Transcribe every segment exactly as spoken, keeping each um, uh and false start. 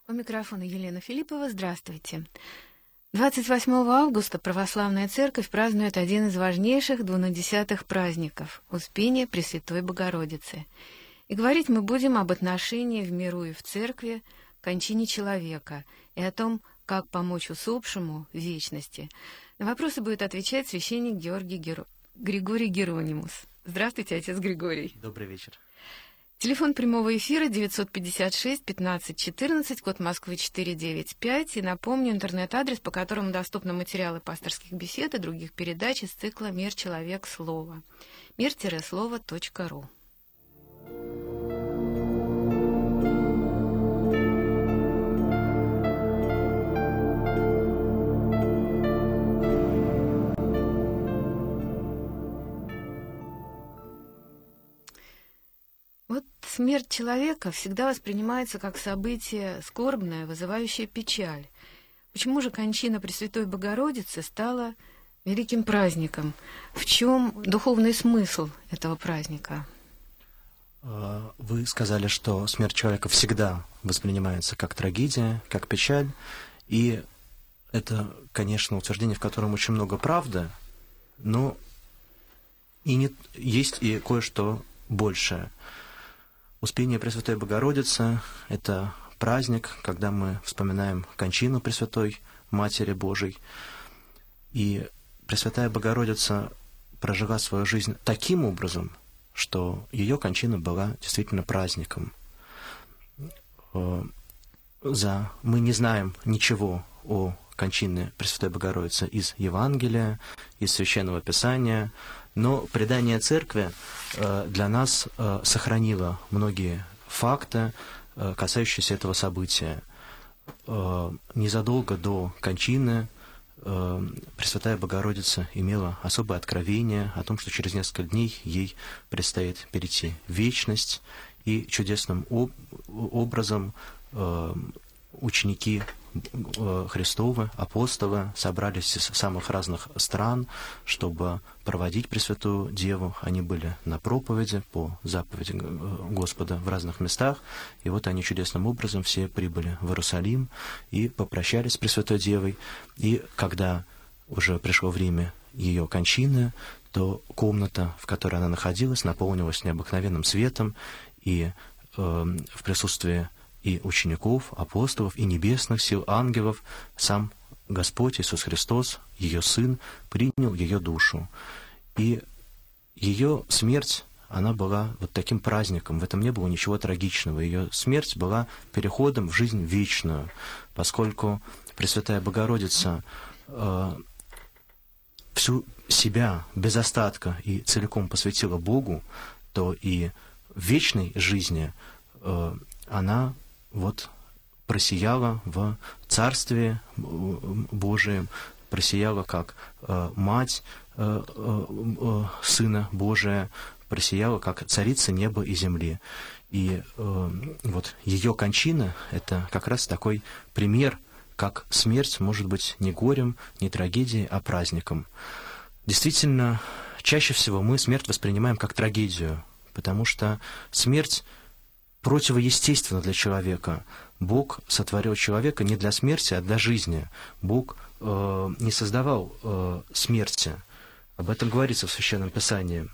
У микрофона Елена Филиппова. Здравствуйте. двадцать восьмого августа Православная Церковь празднует один из важнейших двунадесятых праздников – Успение Пресвятой Богородицы. И говорить мы будем об отношении в миру и в Церкви к кончине человека и о том, как помочь усопшему в вечности. На вопросы будет отвечать священник Георгий Геро... Григорий Геронимус. Здравствуйте, отец Григорий. Добрый вечер. Телефон прямого эфира девятьсот пятьдесят шесть пятнадцать четырнадцать, код Москвы четыреста девяносто пять. И напомню, интернет-адрес, по которому доступны материалы пасторских бесед и других передач из цикла «Мир, человек, слово». мир-слово точка ру. Смерть человека всегда воспринимается как событие скорбное, вызывающее печаль. Почему же кончина Пресвятой Богородицы стала великим праздником? В чем духовный смысл этого праздника? Вы сказали, что смерть человека всегда воспринимается как трагедия, как печаль. И это, конечно, утверждение, в котором очень много правды, но и не... есть и кое-что большее. Успение Пресвятой Богородицы – это праздник, когда мы вспоминаем кончину Пресвятой Матери Божией. И Пресвятая Богородица прожила свою жизнь таким образом, что ее кончина была действительно праздником. За... Мы не знаем ничего о кончине Пресвятой Богородицы из Евангелия, из Священного Писания, но предание Церкви для нас сохранило многие факты, касающиеся этого события. Незадолго до кончины Пресвятая Богородица имела особое откровение о том, что через несколько дней ей предстоит перейти в вечность, и чудесным образом ученики Христовы, апостолы собрались из самых разных стран, чтобы проводить Пресвятую Деву. Они были на проповеди по заповеди Господа в разных местах, и вот они чудесным образом все прибыли в Иерусалим и попрощались с Пресвятой Девой. И когда уже пришло время ее кончины, то комната, в которой она находилась, наполнилась необыкновенным светом, и э, в присутствии и учеников, апостолов, и небесных сил, ангелов, сам Господь Иисус Христос, ее Сын, принял ее душу. И ее смерть, она была вот таким праздником, в этом не было ничего трагичного. Ее смерть была переходом в жизнь вечную, поскольку Пресвятая Богородица э, всю себя без остатка и целиком посвятила Богу, то и в вечной жизни э, она вот просияла в Царстве Божием, просияла как э, мать э, э, Сына Божия, просияла как царица неба и земли. И э, вот ее кончина — это как раз такой пример, как смерть может быть не горем, не трагедией, а праздником. Действительно, чаще всего мы смерть воспринимаем как трагедию, потому что смерть противоестественно для человека. Бог сотворил человека не для смерти, а для жизни. Бог э, не создавал э, смерти. Об этом говорится в Священном Писании.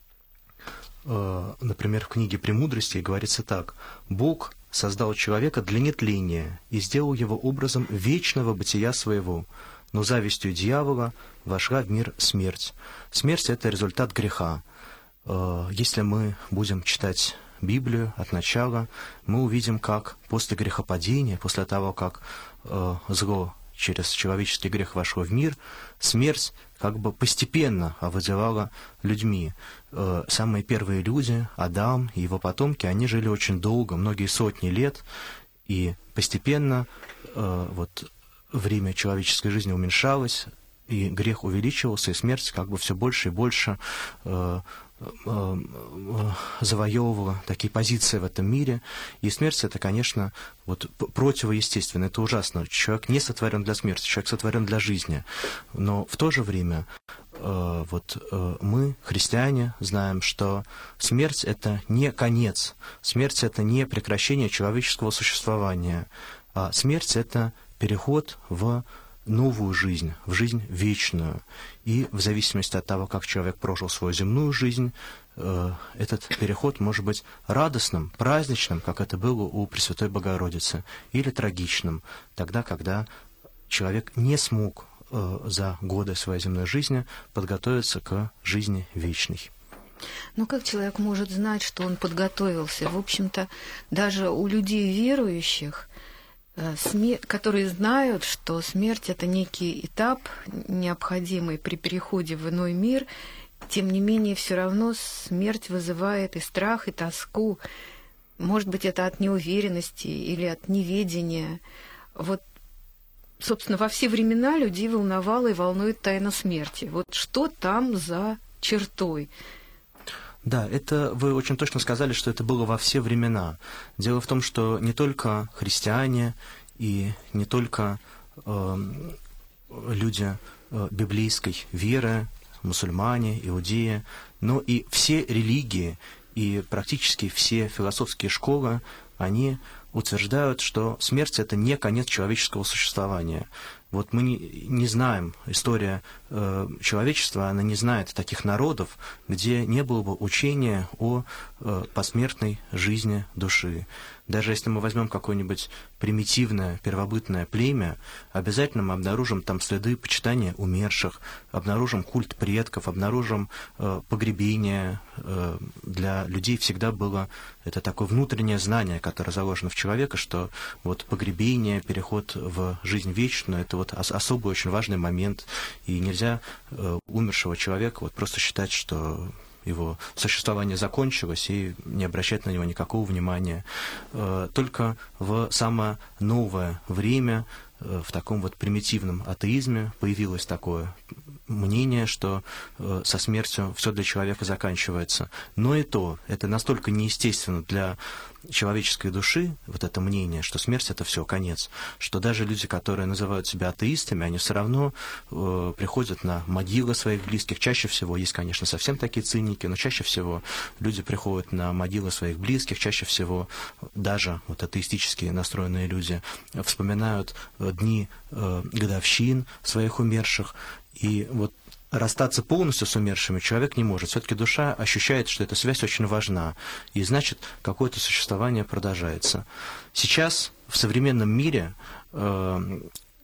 Э, например, в книге «Премудрости» говорится так: «Бог создал человека для нетления и сделал его образом вечного бытия своего, но завистью дьявола вошла в мир смерть». Смерть — это результат греха. Э, если мы будем читать Библию от начала, мы увидим, как после грехопадения, после того, как э, зло через человеческий грех вошло в мир, смерть как бы постепенно овладевала людьми. Э, самые первые люди, Адам и его потомки, они жили очень долго, многие сотни лет, и постепенно э, вот время человеческой жизни уменьшалось, и грех увеличивался, и смерть как бы все больше и больше э, завоевывала такие позиции в этом мире. И смерть — это, конечно, вот противоестественно, это ужасно. Человек не сотворен для смерти, человек сотворен для жизни. Но в то же время э, вот, э, мы, христиане, знаем, что смерть — это не конец, смерть — это не прекращение человеческого существования, А смерть — это переход в новую жизнь, в жизнь вечную. И в зависимости от того, как человек прожил свою земную жизнь, этот переход может быть радостным, праздничным, как это было у Пресвятой Богородицы, или трагичным, тогда, когда человек не смог за годы своей земной жизни подготовиться к жизни вечной. Но как человек может знать, что он подготовился? В общем-то, даже у людей верующих, которые знают, что смерть — это некий этап, необходимый при переходе в иной мир, тем не менее, все равно смерть вызывает и страх, и тоску. Может быть, это от неуверенности или от неведения. Вот, собственно, во все времена людей волновала и волнует тайна смерти. Вот что там за чертой? Да, это вы очень точно сказали, что это было во все времена. Дело в том, что не только христиане и не только э, люди э, библейской веры, мусульмане, иудеи, но и все религии и практически все философские школы, они утверждают, что смерть — это не конец человеческого существования. Вот мы не, не знаем, история э, человечества, она не знает таких народов, где не было бы учения о э, посмертной жизни души. Даже если мы возьмем какое-нибудь примитивное, первобытное племя, обязательно мы обнаружим там следы почитания умерших, обнаружим культ предков, обнаружим э, погребение. Э, для людей всегда было это такое внутреннее знание, которое заложено в человека, что вот погребение, переход в жизнь вечную — это вот особый, очень важный момент, и нельзя э, умершего человека вот просто считать, что его существование закончилось, и не обращать на него никакого внимания. Только в самое новое время, в таком вот примитивном атеизме, появилось такое мнение, что со смертью все для человека заканчивается. Но и то, это настолько неестественно для человеческой души, вот это мнение, что смерть — это все, конец, что даже люди, которые называют себя атеистами, они все равно э, приходят на могилы своих близких. Чаще всего, есть, конечно, совсем такие циники, но чаще всего люди приходят на могилы своих близких, чаще всего даже вот атеистически настроенные люди вспоминают дни э, годовщин своих умерших, и вот расстаться полностью с умершими человек не может. Все-таки душа ощущает, что эта связь очень важна, и значит, какое-то существование продолжается. Сейчас в современном мире э,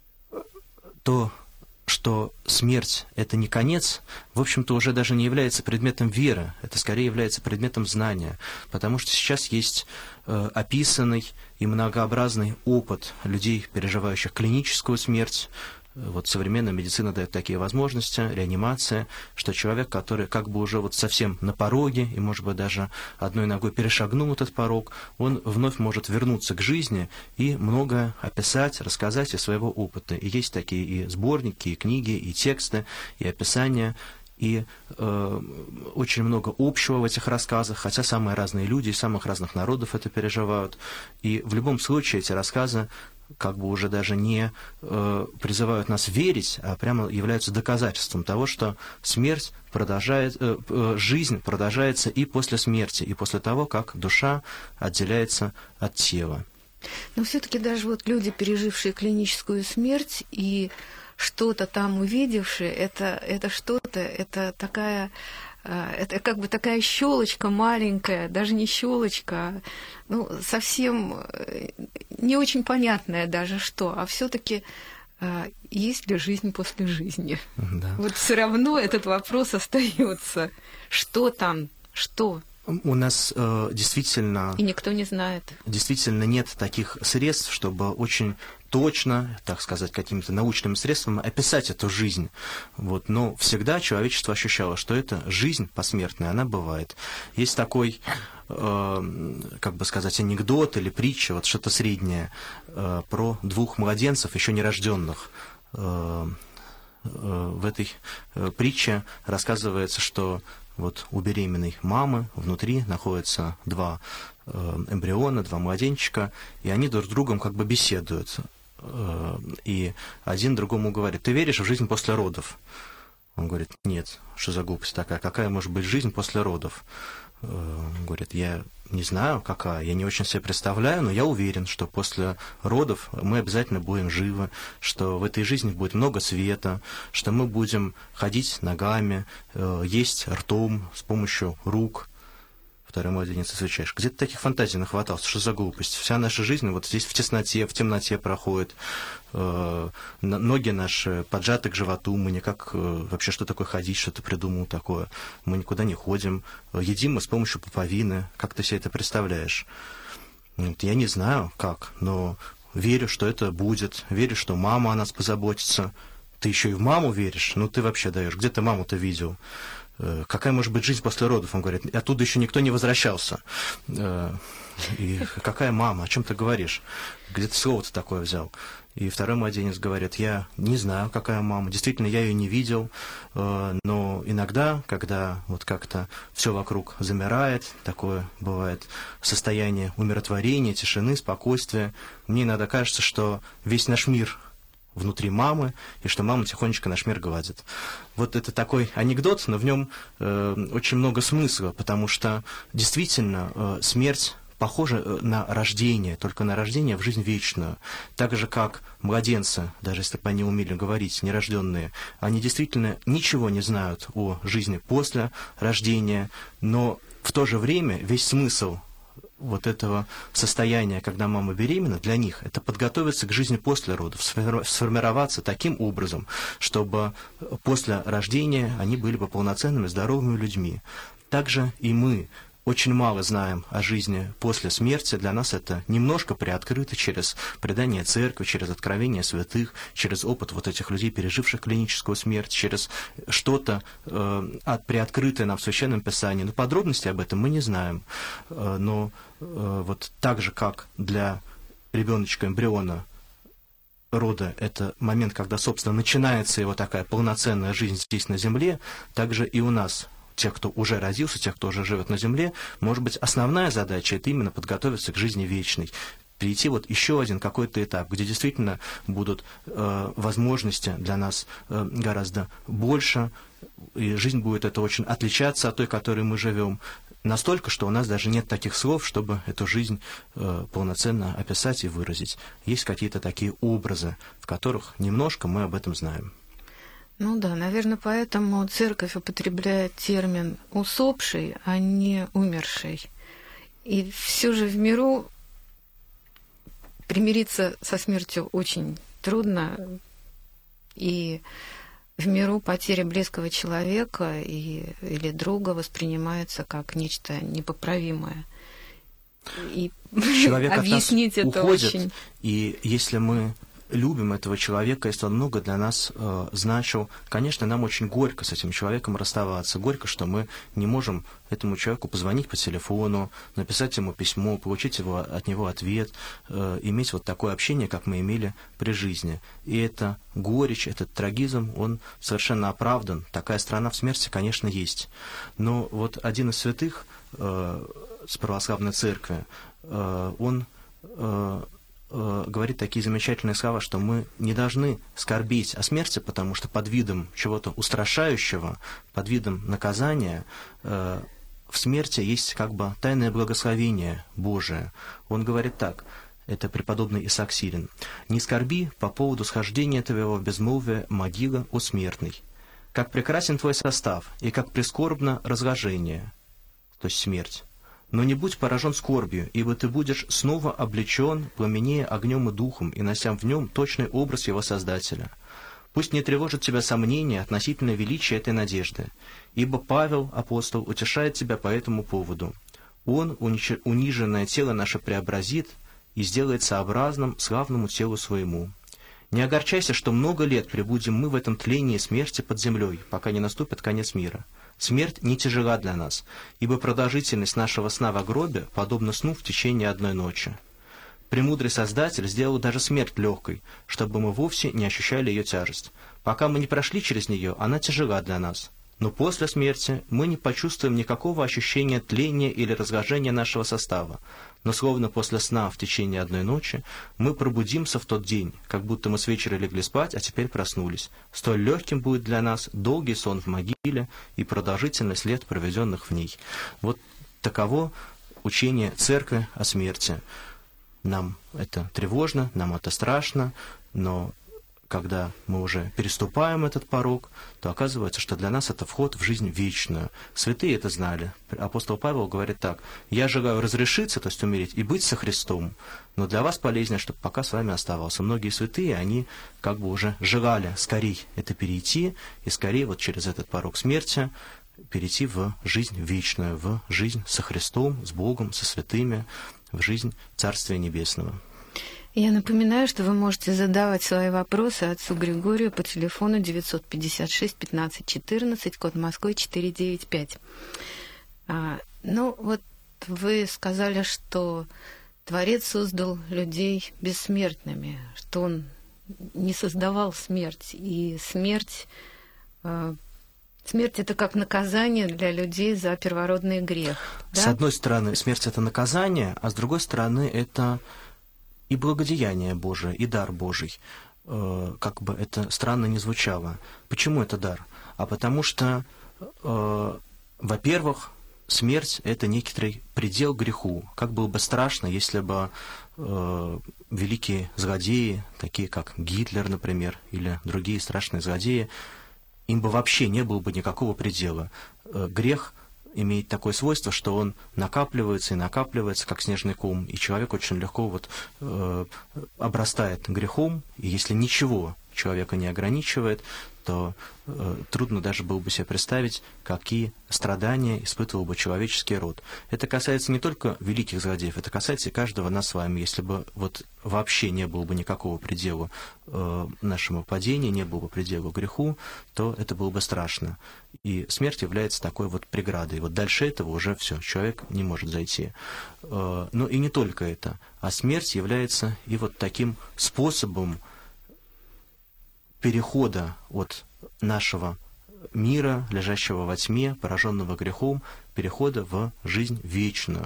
то, что смерть — это не конец, в общем-то, уже даже не является предметом веры, это скорее является предметом знания, потому что сейчас есть э, описанный и многообразный опыт людей, переживающих клиническую смерть. Вот современная медицина дает такие возможности, реанимация, что человек, который как бы уже вот совсем на пороге, и, может быть, даже одной ногой перешагнул этот порог, он вновь может вернуться к жизни и многое описать, рассказать из своего опыта. И есть такие и сборники, и книги, и тексты, и описания, и э, очень много общего в этих рассказах, хотя самые разные люди из самых разных народов это переживают. И в любом случае эти рассказы как бы уже даже не э, призывают нас верить, а прямо являются доказательством того, что смерть продолжает, э, э, жизнь продолжается и после смерти, и после того, как душа отделяется от тела. Но все-таки даже вот люди, пережившие клиническую смерть и что-то там увидевшие, это, это что-то, это такая... Это как бы такая щелочка маленькая, даже не щелочка, ну, совсем не очень понятная даже что, а все-таки есть ли жизнь после жизни? Да. Вот все равно этот вопрос остается. Что там? Что? У нас э, действительно... И никто не знает. Действительно нет таких средств, чтобы очень точно, так сказать, какими-то научными средствами описать эту жизнь. Вот. Но всегда человечество ощущало, что эта жизнь посмертная, она бывает. Есть такой, э, как бы сказать, анекдот или притча, вот что-то среднее, э, про двух младенцев, еще нерожденных. Э, э, в этой э, притче рассказывается, что вот у беременной мамы внутри находятся два э, эмбриона, два младенчика, и они друг с другом как бы беседуют. Э, и один другому говорит: «Ты веришь в жизнь после родов?» Он говорит: «Нет, что за глупость такая? Какая может быть жизнь после родов?» говорит, я не знаю, какая, я не очень себе представляю, но я уверен, что после родов мы обязательно будем живы, что в этой жизни будет много света, что мы будем ходить ногами, есть ртом с помощью рук. Второй младенец отвечаешь. Где-то таких фантазий нахватался, что за глупость. Вся наша жизнь вот здесь в тесноте, в темноте проходит. Э, ноги наши поджаты к животу, мы никак э, вообще что такое ходить, что-то придумал такое. Мы никуда не ходим. Едим мы с помощью пуповины. Как ты себе это представляешь? Я не знаю, как, но верю, что это будет. Верю, что мама о нас позаботится. Ты еще и в маму веришь? Ну ты вообще даешь. Где ты маму-то видел? Какая может быть жизнь после родов? Он говорит, оттуда еще никто не возвращался. И какая мама? О чем ты говоришь? Где ты слово-то такое взял? И второй младенец говорит, я не знаю, какая мама. Действительно, я ее не видел. Но иногда, когда вот как-то все вокруг замирает, такое бывает состояние умиротворения, тишины, спокойствия, мне иногда кажется, что весь наш мир внутри мамы, и что мама тихонечко наш мир гладит. Вот это такой анекдот, но в нем э, очень много смысла, потому что действительно э, смерть похожа на рождение, только на рождение в жизнь вечную. Так же, как младенцы, даже если бы они умели говорить, нерожденные, они действительно ничего не знают о жизни после рождения, но в то же время весь смысл вот этого состояния, когда мама беременна, для них это подготовиться к жизни после родов, сформироваться таким образом, чтобы после рождения они были бы полноценными, здоровыми людьми. Также и мы очень мало знаем о жизни после смерти. Для нас это немножко приоткрыто через предание церкви, через откровение святых, через опыт вот этих людей, переживших клиническую смерть, через что-то э, приоткрытое нам в Священном Писании. Но подробностей об этом мы не знаем. Э, но э, вот так же, как для ребеночка, эмбриона, рода — это момент, когда, собственно, начинается его такая полноценная жизнь здесь на земле, также и у нас, тех, кто уже родился, тех, кто уже живет на земле, может быть, основная задача — это именно подготовиться к жизни вечной, перейти вот еще один какой-то этап, где действительно будут э, возможности для нас э, гораздо больше, и жизнь будет это очень отличаться от той, которой мы живем, настолько, что у нас даже нет таких слов, чтобы эту жизнь э, полноценно описать и выразить. Есть какие-то такие образы, в которых немножко мы об этом знаем. Ну да, наверное, поэтому церковь употребляет термин «усопший», а не «умерший». И все же в миру примириться со смертью очень трудно, и в миру потеря близкого человека и, или друга воспринимается как нечто непоправимое. И человек объяснить от нас это уходит, очень... И если мы любим этого человека, если он много для нас э, значил, конечно, нам очень горько с этим человеком расставаться. Горько, что мы не можем этому человеку позвонить по телефону, написать ему письмо, получить его, от него ответ, э, иметь вот такое общение, как мы имели при жизни. И эта горечь, этот трагизм, он совершенно оправдан. Такая страна в смерти, конечно, есть. Но вот один из святых э, с православной церкви, э, он... Э, говорит такие замечательные слова, что мы не должны скорбеть о смерти, потому что под видом чего-то устрашающего, под видом наказания э, в смерти есть как бы тайное благословение Божие. Он говорит так, это преподобный Исаак Сирин: «Не скорби по поводу схождения твоего в безмолвие могила, о смертный. Как прекрасен твой состав, и как прискорбно разложение», то есть смерть. «Но не будь поражен скорбью, ибо ты будешь снова облечен, пламенея огнем и духом, и нося в нем точный образ его Создателя. Пусть не тревожит тебя сомнения относительно величия этой надежды, ибо Павел, апостол, утешает тебя по этому поводу. Он униженное тело наше преобразит и сделает сообразным славному телу своему. Не огорчайся, что много лет пребудем мы в этом тлении смерти под землей, пока не наступит конец мира. Смерть не тяжела для нас, ибо продолжительность нашего сна в гробе подобна сну в течение одной ночи. Премудрый Создатель сделал даже смерть легкой, чтобы мы вовсе не ощущали ее тяжесть. Пока мы не прошли через нее, она тяжела для нас. Но после смерти мы не почувствуем никакого ощущения тления или разложения нашего состава. Но словно после сна в течение одной ночи мы пробудимся в тот день, как будто мы с вечера легли спать, а теперь проснулись. Столь легким будет для нас долгий сон в могиле и продолжительность лет, проведенных в ней». Вот таково учение Церкви о смерти. Нам это тревожно, нам это страшно, но когда мы уже переступаем этот порог, то оказывается, что для нас это вход в жизнь вечную. Святые это знали. Апостол Павел говорит так: «Я желаю разрешиться, то есть умереть, и быть со Христом, но для вас полезнее, чтобы пока с вами оставался». Многие святые, они как бы уже желали скорей это перейти, и скорее вот через этот порог смерти перейти в жизнь вечную, в жизнь со Христом, с Богом, со святыми, в жизнь Царствия Небесного. Я напоминаю, что вы можете задавать свои вопросы отцу Григорию по телефону девятьсот пятьдесят шесть пятнадцать четырнадцать, код Москвы четыре девять пять. А, ну, вот вы сказали, что Творец создал людей бессмертными, что Он не создавал смерть, и смерть... А, Смерть — это как наказание для людей за первородный грех. Да? С одной стороны, смерть — это наказание, а с другой стороны, это и благодеяние Божие, и дар Божий. Э, как бы это странно ни звучало. Почему это дар? А потому что, э, во-первых, смерть — это некоторый предел греху. Как было бы страшно, если бы э, великие злодеи, такие как Гитлер, например, или другие страшные злодеи, им бы вообще не было бы никакого предела. Грех имеет такое свойство, что он накапливается и накапливается, как снежный ком, и человек очень легко вот, э, обрастает грехом, и если ничего человека не ограничивает, то э, трудно даже было бы себе представить, какие страдания испытывал бы человеческий род. Это касается не только великих злодеев, это касается и каждого нас с вами. Если бы вот вообще не было бы никакого предела э, нашему падению, не было бы предела греху, то это было бы страшно. И смерть является такой вот преградой. Вот дальше этого уже все, человек не может зайти. Э, но и не только это, а смерть является и вот таким способом перехода от нашего мира, лежащего во тьме, пораженного грехом, перехода в жизнь вечную.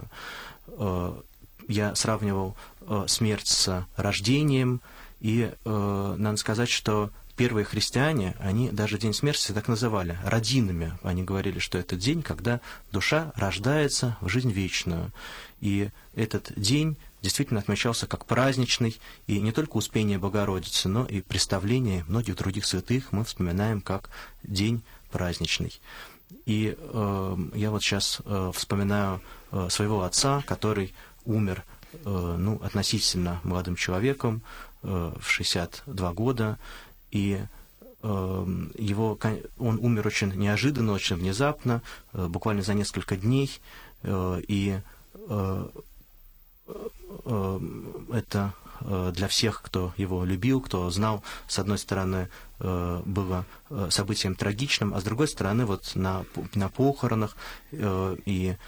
Я сравнивал смерть с рождением, и надо сказать, что первые христиане, они даже день смерти так называли, родинами. Они говорили, что это день, когда душа рождается в жизнь вечную. И этот день действительно отмечался как праздничный, и не только Успение Богородицы, но и представление многих других святых мы вспоминаем как день праздничный. И э, я вот сейчас э, вспоминаю э, своего отца, который умер э, ну, относительно молодым человеком э, в шестьдесят два года, и э, его, он умер очень неожиданно, очень внезапно, э, буквально за несколько дней, э, и э, это для всех, кто его любил, кто знал, с одной стороны, было событием трагичным, а с другой стороны, вот на, на похоронах и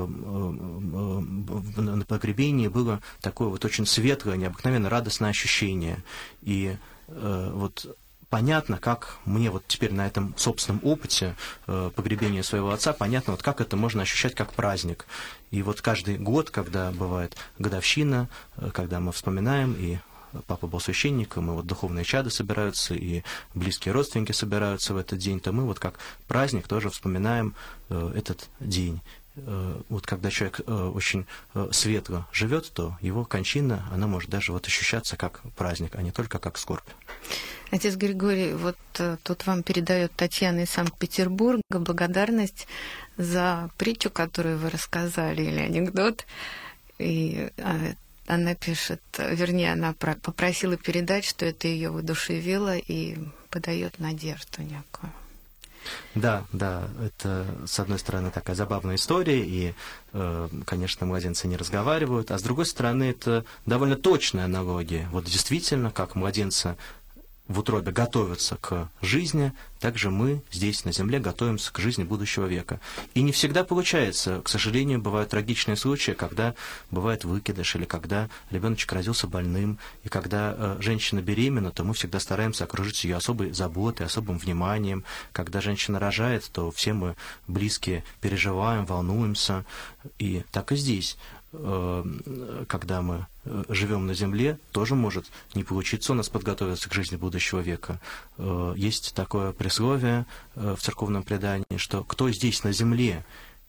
на погребении было такое вот очень светлое, необыкновенно радостное ощущение. И вот понятно, как мне вот теперь на этом собственном опыте э, погребения своего отца, понятно, вот как это можно ощущать как праздник. И вот каждый год, когда бывает годовщина, э, когда мы вспоминаем, и папа был священником, и вот духовные чады собираются, и близкие родственники собираются в этот день, то мы вот как праздник тоже вспоминаем э, этот день. Э, вот когда человек э, очень э, светло живет, то его кончина, она может даже вот ощущаться как праздник, а не только как скорбь. Отец Григорий, вот uh, тут вам передает Татьяна из Санкт-Петербурга благодарность за притчу, которую вы рассказали, или анекдот. И uh, она пишет, вернее, она про- попросила передать, что это ее воодушевило и подает надежду некую. Да, да, это, с одной стороны, такая забавная история, и, э, конечно, младенцы не разговаривают, а с другой стороны, это довольно точная аналогия. Вот действительно, как младенцы в утробе готовятся к жизни, также мы здесь, на земле, готовимся к жизни будущего века. И не всегда получается. К сожалению, бывают трагичные случаи, когда бывает выкидыш, или когда ребеночек родился больным, и когда э, женщина беременна, то мы всегда стараемся окружить ее особой заботой, особым вниманием. Когда женщина рожает, то все мы близкие переживаем, волнуемся. И так и здесь. Когда мы живем на земле, тоже может не получиться у нас подготовиться к жизни будущего века. Есть такое присловие в церковном предании, что кто здесь на земле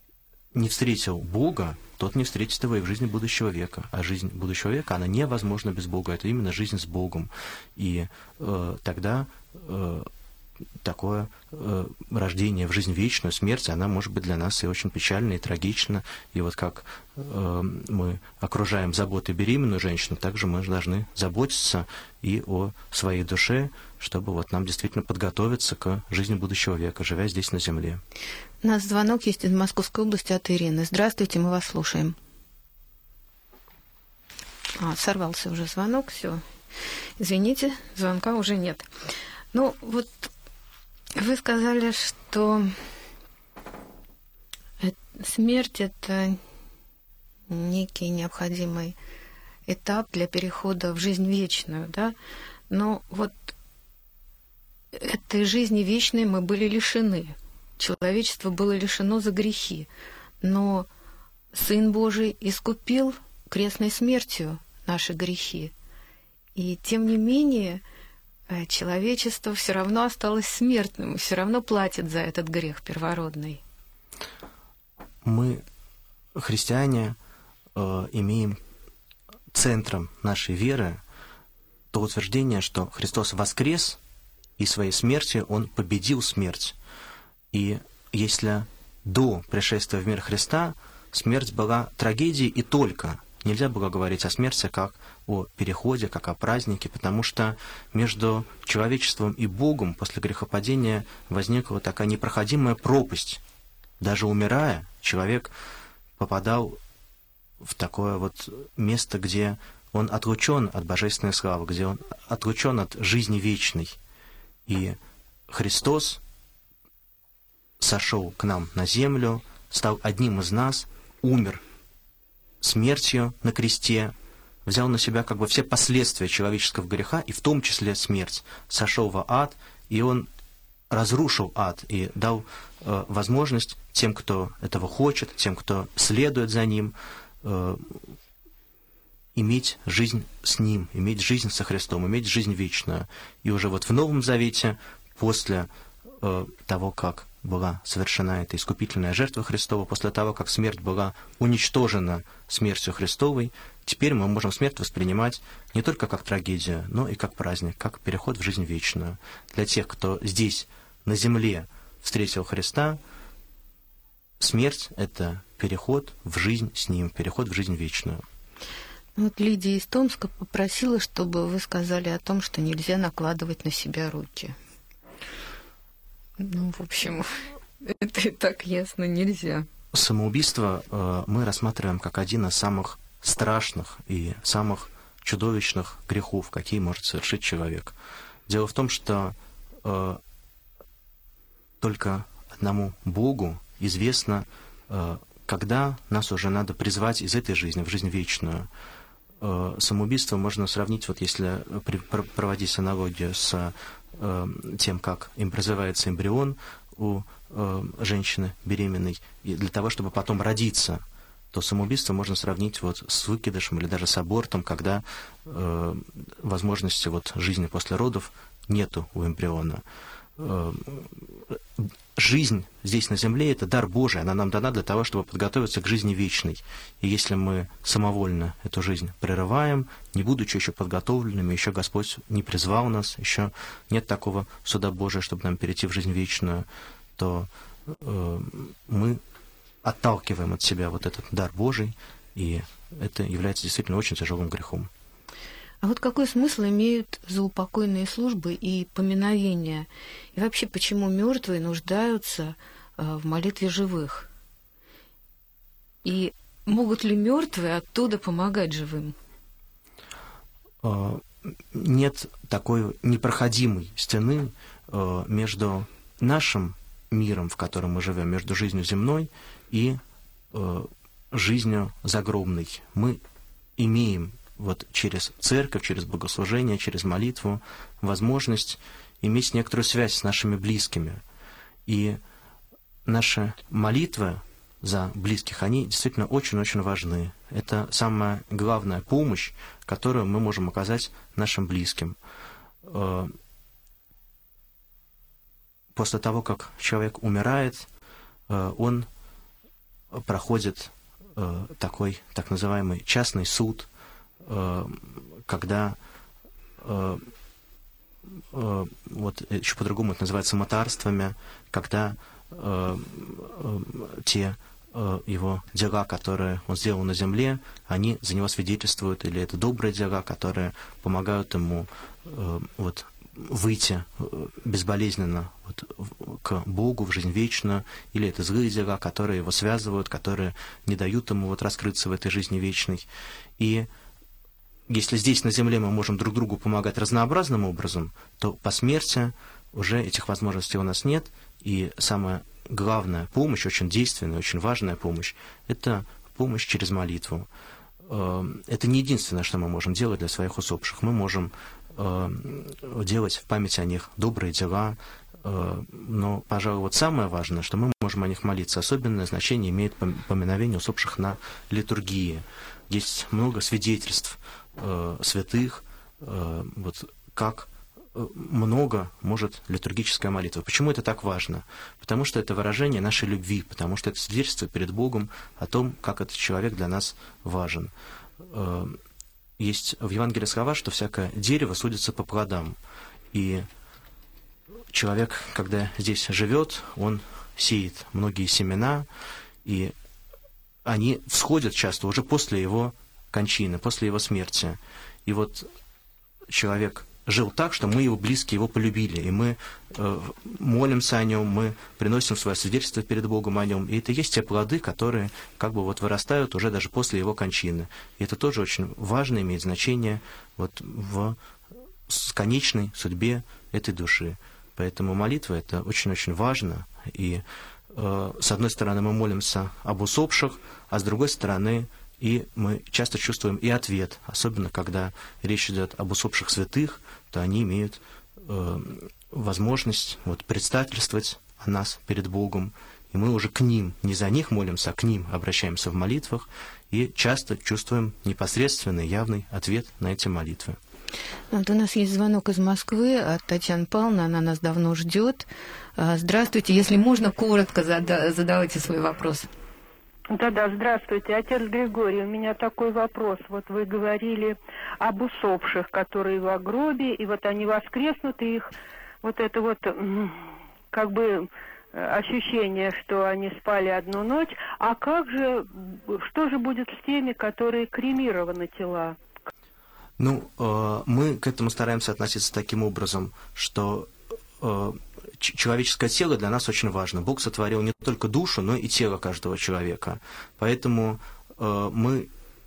не встретил Бога, тот не встретит его и в жизни будущего века. А жизнь будущего века, она невозможна без Бога. Это именно жизнь с Богом. И э, тогда э, такое э, рождение в жизнь вечную, смерть, она может быть для нас и очень печальна, и трагична. И вот как э, мы окружаем заботой беременную женщину, также мы должны заботиться и о своей душе, чтобы вот нам действительно подготовиться к жизни будущего века, живя здесь на земле. У нас звонок есть из Московской области от Ирины. Здравствуйте, мы вас слушаем. А, сорвался уже звонок, все. Извините, звонка уже нет. Ну, вот вы сказали, что смерть – это некий необходимый этап для перехода в жизнь вечную, да? Но вот этой жизни вечной мы были лишены. Человечество было лишено за грехи. Но Сын Божий искупил крестной смертью наши грехи. И тем не менее человечество все равно осталось смертным, все равно платит за этот грех первородный. Мы, христиане, э, имеем центром нашей веры то утверждение, что Христос воскрес, и своей смертью Он победил смерть. И если до пришествия в мир Христа смерть была трагедией и только, нельзя было говорить о смерти как о переходе, как о празднике, потому что между человечеством и Богом после грехопадения возникла такая непроходимая пропасть. Даже умирая, человек попадал в такое вот место, где он отлучен от божественной славы, где он отлучен от жизни вечной. И Христос сошел к нам на землю, стал одним из нас, умер смертью на кресте, взял на себя как бы все последствия человеческого греха, и в том числе смерть, сошел в ад, и Он разрушил ад и дал э, возможность тем, кто этого хочет, тем, кто следует за Ним, э, иметь жизнь с Ним, иметь жизнь со Христом, иметь жизнь вечную. И уже вот в Новом Завете, после э, того, как была совершена эта искупительная жертва Христова, после того, как смерть была уничтожена смертью Христовой, теперь мы можем смерть воспринимать не только как трагедию, но и как праздник, как переход в жизнь вечную. Для тех, кто здесь, на земле, встретил Христа, смерть — это переход в жизнь с Ним, переход в жизнь вечную. Вот Лидия из Томска попросила, чтобы вы сказали о том, что нельзя накладывать на себя руки. Ну, в общем, это и так ясно, нельзя. Самоубийство э, мы рассматриваем как один из самых страшных и самых чудовищных грехов, какие может совершить человек. Дело в том, что э, только одному Богу известно, э, когда нас уже надо призвать из этой жизни в жизнь вечную. Э, самоубийство можно сравнить, вот если при, проводить аналогию с э, тем, как им развивается эмбрион у э, женщины беременной, и для того, чтобы потом родиться, то самоубийство можно сравнить вот с выкидышем или даже с абортом, когда э, возможности вот жизни после родов нету у эмбриона. Э, жизнь здесь на земле — это дар Божий, она нам дана для того, чтобы подготовиться к жизни вечной. И если мы самовольно эту жизнь прерываем, не будучи еще подготовленными, еще Господь не призвал нас, еще нет такого суда Божия, чтобы нам перейти в жизнь вечную, то э, мы отталкиваем от себя вот этот дар Божий, и это является действительно очень тяжелым грехом. А вот какой смысл имеют заупокойные службы и поминовения? И вообще, почему мертвые нуждаются в молитве живых? И могут ли мертвые оттуда помогать живым? Нет такой непроходимой стены между нашим миром, в котором мы живем, между жизнью земной и жизнью загробной. Мы имеем вот через церковь, через богослужение, через молитву возможность иметь некоторую связь с нашими близкими. И наши молитвы за близких, они действительно очень-очень важны. Это самая главная помощь, которую мы можем оказать нашим близким. После того, как человек умирает, он проходит э, такой так называемый частный суд, э, когда э, э, вот еще по-другому это называется мытарствами, когда э, э, те э, его дела, которые он сделал на земле, они за него свидетельствуют, или это добрые дела, которые помогают ему э, вот, выйти безболезненно вот, к Богу в жизнь вечную, или это злые дела, которые его связывают, которые не дают ему вот раскрыться в этой жизни вечной. И если здесь на земле мы можем друг другу помогать разнообразным образом, то по смерти уже этих возможностей у нас нет, и самая главная помощь, очень действенная, очень важная помощь, это помощь через молитву. Это не единственное, что мы можем делать для своих усопших. Мы можем делать в память о них добрые дела, но, пожалуй, вот самое важное, что мы можем о них молиться. Особенное значение имеет поминовение усопших на литургии. Есть много свидетельств святых, вот как много может литургическая молитва. Почему это так важно? Потому что это выражение нашей любви, потому что это свидетельство перед Богом о том, как этот человек для нас важен. Есть в Евангелии слова, что всякое дерево судится по плодам. И человек, когда здесь живет, он сеет многие семена, и они всходят часто уже после его кончины, после его смерти. И вот человек жил так, что мы его близкие его полюбили, и мы э, молимся о нем, мы приносим свое свидетельство перед Богом о нем, и это есть те плоды, которые как бы вот вырастают уже даже после его кончины. И это тоже очень важно, имеет значение вот в конечной судьбе этой души. Поэтому молитва — это очень-очень важно, и э, с одной стороны мы молимся об усопших, а с другой стороны и мы часто чувствуем и ответ, особенно когда речь идет об усопших святых, то они имеют э, возможность вот, предстательствовать о нас перед Богом, и мы уже к ним, не за них молимся, а к ним обращаемся в молитвах, и часто чувствуем непосредственный, явный ответ на эти молитвы. Вот у нас есть звонок из Москвы от Татьяны Павловны, она нас давно ждет. Здравствуйте, если можно, коротко зада- задавайте свой вопрос. Да-да, здравствуйте, отец Григорий, у меня такой вопрос. Вот вы говорили об усопших, которые в гробе, и вот они воскреснут, и их вот это вот как бы ощущение, что они спали одну ночь. А как же, что же будет с теми, которые кремированы тела? Ну, э, мы к этому стараемся относиться таким образом, что э, человеческое тело для нас очень важно. Бог сотворил не только душу, но и тело каждого человека. Поэтому э, мы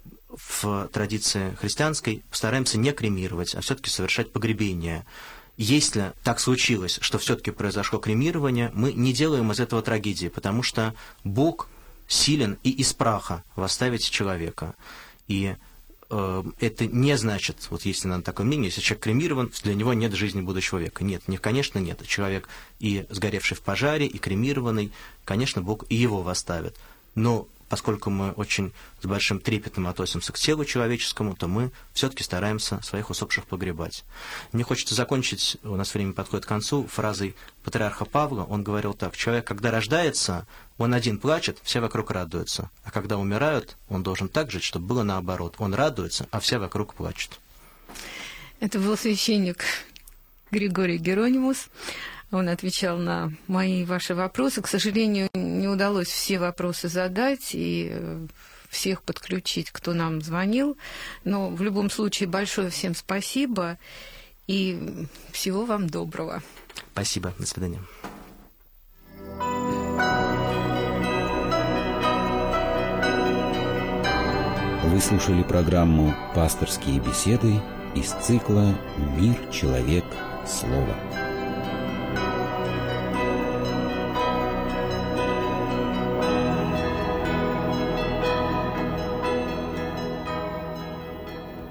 в традиции христианской стараемся не кремировать, а все-таки совершать погребение. Если так случилось, что все-таки произошло кремирование, мы не делаем из этого трагедии, потому что Бог силен и из праха восставить человека. И э, это не значит, вот если надо такое мнение, если человек кремирован, для него нет жизни будущего века. Нет, не, конечно, нет. Человек и сгоревший в пожаре, и кремированный, конечно, Бог и его восставит. Но поскольку мы очень с большим трепетом относимся к телу человеческому, то мы все-таки стараемся своих усопших погребать. Мне хочется закончить, у нас время подходит к концу, фразой патриарха Павла. Он говорил так: человек, когда рождается, он один плачет, все вокруг радуются. А когда умирают, он должен так жить, чтобы было наоборот. Он радуется, а все вокруг плачут. Это был священник Григорий Геронимус. Он отвечал на мои и ваши вопросы. К сожалению, не удалось все вопросы задать и всех подключить, кто нам звонил. Но в любом случае большое всем спасибо и всего вам доброго. Спасибо. До свидания. Вы слушали программу «Пасторские беседы» из цикла «Мир, человек, слово».